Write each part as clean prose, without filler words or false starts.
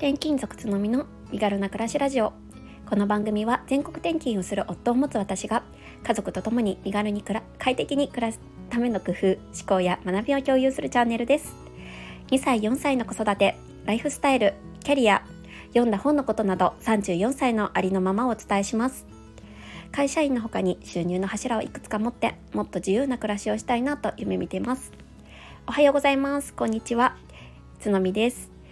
転勤族つのみの身軽な暮らしラジオ。この番組は全国転勤をする夫を持つ私が家族と共に身軽に快適に暮らすための工夫、思考や学びを共有するチャンネルです。2歳4歳の子育て、ライフスタイル、キャリア、読んだ本のことなど34歳のありのままをお伝えします。会社員の他に収入の柱をいくつか持ってもっと自由な暮らしをしたいなと夢見ています。おはようございます。こんにちは。つのみです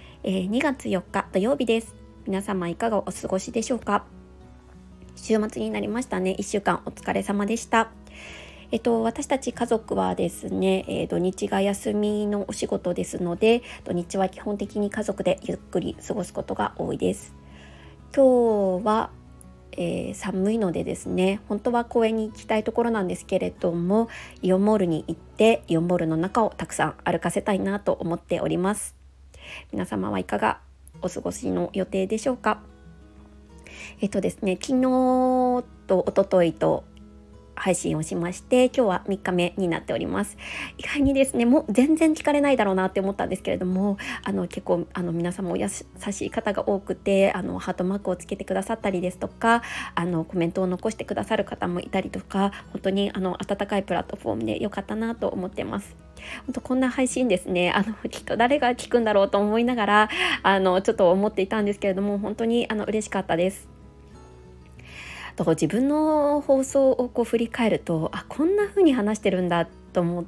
。2月4日土曜日です。皆様いかがお過ごしでしょうか。週末になりましたね。1週間お疲れ様でした。私たち家族はですね、土日が休みのお仕事ですので、土日は基本的に家族でゆっくり過ごすことが多いです。今日は、寒いのでですね、本当は公園に行きたいところなんですけれども、イオンモールに行ってイオンモールの中をたくさん歩かせたいなと思っております。皆様はいかがお過ごしの予定でしょうか。ですね、昨日と一昨日と配信をしまして、今日は3日目になっております。意外にですね、もう全然聞かれないだろうなって思ったんですけれども、結構皆様お優しい方が多くて、ハートマークをつけてくださったりですとか、コメントを残してくださる方もいたりとか、本当に温かいプラットフォームで良かったなと思ってます。本当こんな配信ですね、きっと誰が聞くんだろうと思いながらちょっと思っていたんですけれども、本当に嬉しかったです。自分の放送を振り返ると、こんな風に話してるんだと思って、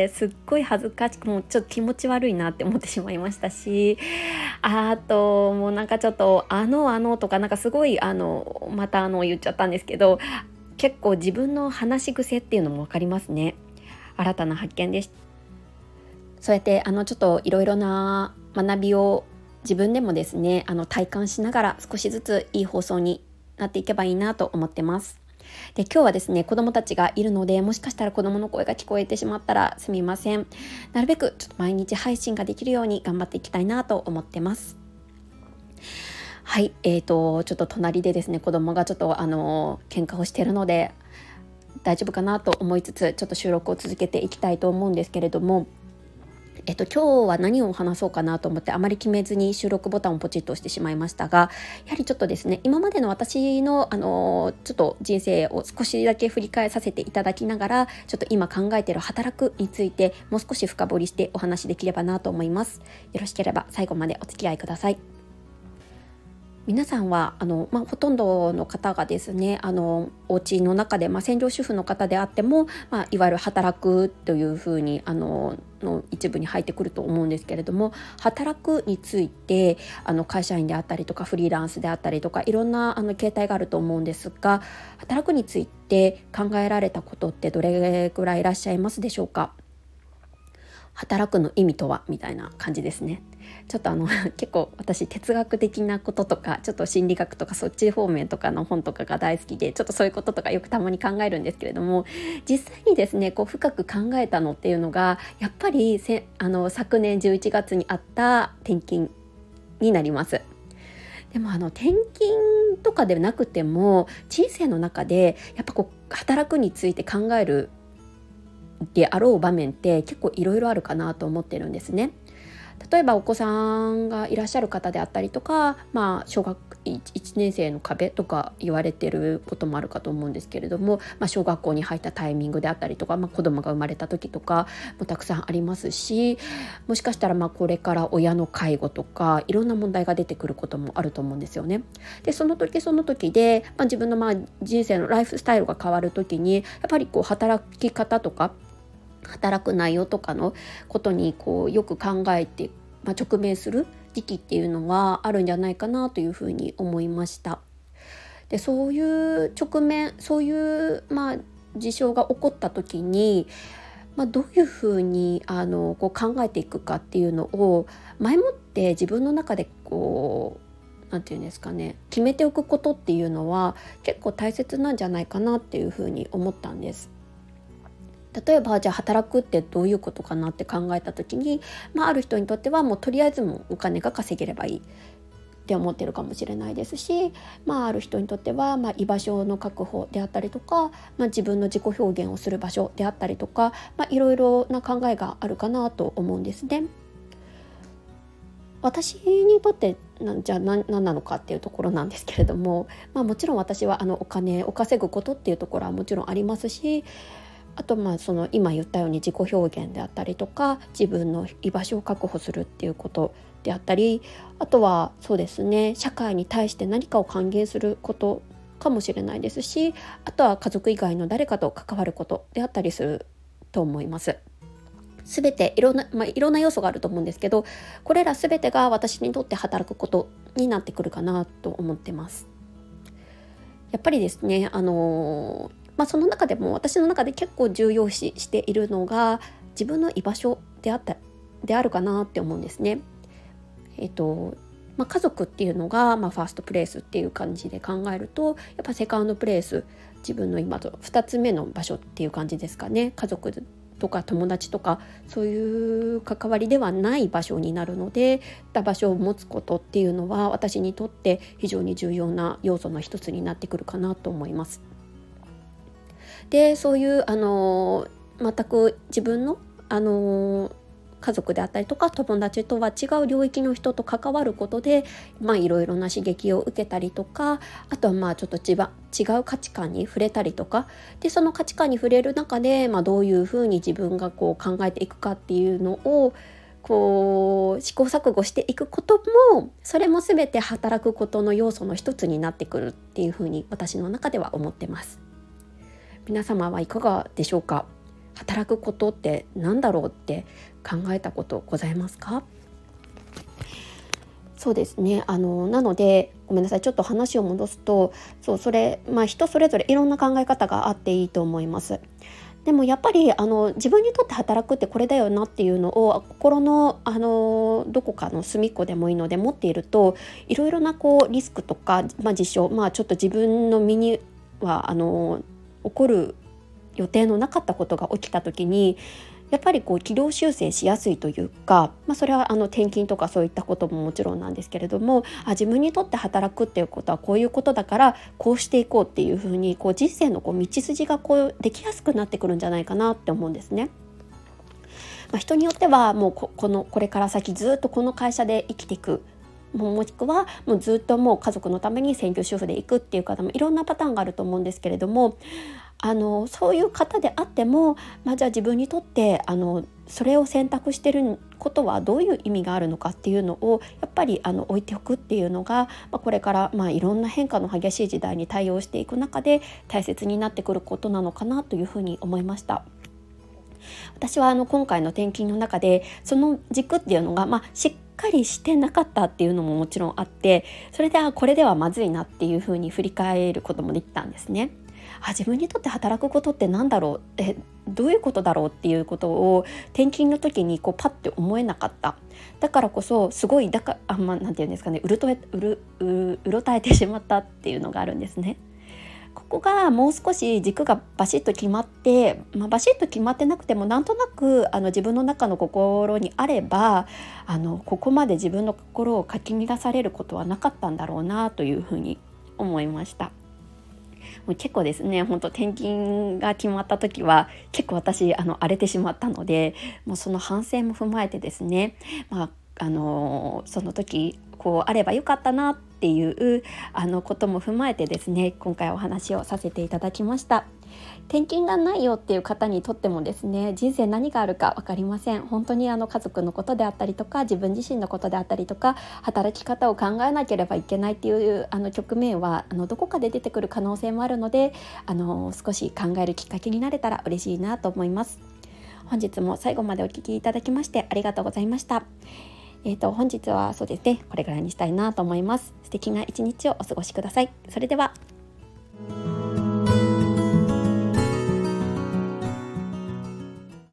すっごい恥ずかしく、もうちょっと気持ち悪いなって思ってしまいましたし、あともうなんかちょっととかなんかすごいまた言っちゃったんですけど、結構自分の話し癖っていうのも分かりますね。新たな発見でした。そうやってちょっといろいろな学びを自分でもですね体感しながら少しずついい放送になっていけばいいなと思ってます。で、今日はですね、子供たちがいるので、もしかしたら子供の声が聞こえてしまったらすみません。なるべくちょっと毎日配信ができるように頑張っていきたいなと思ってます。はい、ちょっと隣でですね、子供がちょっと喧嘩をしているので大丈夫かなと思いつつ、ちょっと収録を続けていきたいと思うんですけれども、今日は何を話そうかなと思ってあまり決めずに収録ボタンをポチッと押してしまいましたが、やはりちょっとですね、今までの私のちょっと人生を少しだけ振り返させていただきながら、ちょっと今考えている働くについてもう少し深掘りしてお話できればなと思います。よろしければ最後までお付き合いください。皆さんはほとんどの方がですね、お家の中で、専業主婦の方であっても、いわゆる働くというふうにの一部に入ってくると思うんですけれども、働くについて会社員であったりとかフリーランスであったりとか、いろんな形態があると思うんですが、働くについて考えられたことってどれぐらいいらっしゃいますでしょうか。働くの意味とはみたいな感じですね。ちょっと結構私哲学的なこととか、ちょっと心理学とかそっち方面とかの本とかが大好きで、ちょっとそういうこととかよくたまに考えるんですけれども、実際にですね深く考えたのっていうのが、やっぱり昨年11月にあった転勤になります。でも転勤とかでなくても、人生の中でやっぱ働くについて考えるであろう場面って結構いろいろあるかなと思ってるんですね。例えばお子さんがいらっしゃる方であったりとか、小学1年生の壁とか言われてることもあるかと思うんですけれども、小学校に入ったタイミングであったりとか、子供が生まれた時とかもたくさんありますし、もしかしたらこれから親の介護とかいろんな問題が出てくることもあると思うんですよね。で、その時その時で、自分の人生のライフスタイルが変わる時に、やっぱり働き方とか働く内容とかのことによく考えて、直面する時期っていうのはあるんじゃないかなというふうに思いました。で、そういう直面、そういう事象が起こった時に、どういうふうに考えていくかっていうのを前もって自分の中でなんていうんですかね、決めておくことっていうのは結構大切なんじゃないかなっていうふうに思ったんです。例えばじゃあ働くってどういうことかなって考えた時に、ある人にとってはもうとりあえずもお金が稼げればいいって思ってるかもしれないですし、ある人にとっては居場所の確保であったりとか、自分の自己表現をする場所であったりとか、いろいろな考えがあるかなと思うんですね。私にとってじゃあ何なのかっていうところなんですけれども、もちろん私はお金を稼ぐことっていうところはもちろんありますし、あとその今言ったように自己表現であったりとか、自分の居場所を確保するっていうことであったり、あとはそうですね、社会に対して何かを還元することかもしれないですし、あとは家族以外の誰かと関わることであったりすると思います。すべていろんな要素があると思うんですけど、これらすべてが私にとって働くことになってくるかなと思ってます。やっぱりですね、その中でも私の中で結構重要視しているのが自分の居場所であるかなって思うんですね。家族っていうのが、ファーストプレイスっていう感じで考えると、やっぱセカンドプレイス、自分の今と2つ目の場所っていう感じですかね。家族とか友達とかそういう関わりではない場所になるので、場所を持つことっていうのは私にとって非常に重要な要素の一つになってくるかなと思います。で、そういう全く自分の家族であったりとか友達とは違う領域の人と関わることで、いろいろな刺激を受けたりとか、あとはちょっと違う価値観に触れたりとかで、その価値観に触れる中で、どういうふうに自分が考えていくかっていうのを試行錯誤していくことも、それも全て働くことの要素の一つになってくるっていうふうに私の中では思ってます。皆様はいかがでしょうか？働くことって何だろうって考えたことございますか？そうですね、なのでごめんなさい、ちょっと話を戻すと、それ人それぞれいろんな考え方があっていいと思います。でもやっぱり自分にとって働くってこれだよなっていうのを心のどこかの隅っこでもいいので持っていると、いろいろなリスクとか、事象、ちょっと自分の身には起こる予定のなかったことが起きた時に、やっぱり軌道修正しやすいというか、それは転勤とかそういったことももちろんなんですけれども、自分にとって働くっていうことはこういうことだからこうしていこうっていうふうに人生の道筋ができやすくなってくるんじゃないかなって思うんですね。人によってはもうこれから先ずっとこの会社で生きていく、もしくはもうずっともう家族のために専業主婦で行くっていう方もいろんなパターンがあると思うんですけれども、そういう方であっても、じゃあ自分にとってそれを選択していることはどういう意味があるのかっていうのをやっぱり置いておくっていうのが、これからいろんな変化の激しい時代に対応していく中で大切になってくることなのかなというふうに思いました。私は今回の転勤の中でその軸っていうのが、しっかりしてなかったっていうのももちろんあって、それでこれではまずいなっていうふうに振り返ることもできたんですね。自分にとって働くことって何だろう、どういうことだろうっていうことを転勤の時にパッて思えなかった。だからこそすごいなんていうんですかね、うろたえてしまったっていうのがあるんですね。ここがもう少し軸がバシッと決まって、バシッと決まってなくてもなんとなく自分の中の心にあればここまで自分の心をかき乱されることはなかったんだろうなというふうに思いました。もう結構ですね、本当転勤が決まった時は結構私荒れてしまったので、もうその反省も踏まえてですね、その時あればよかったなっていうことも踏まえてですね、今回お話をさせていただきました。転勤がないよっていう方にとってもですね、人生何があるか分かりません。本当に家族のことであったりとか、自分自身のことであったりとか、働き方を考えなければいけないっていう局面はどこかで出てくる可能性もあるので、少し考えるきっかけになれたら嬉しいなと思います。本日も最後までお聞きいただきましてありがとうございました。本日はそうですね、これぐらいにしたいなと思います。素敵な一日をお過ごしください。それでは。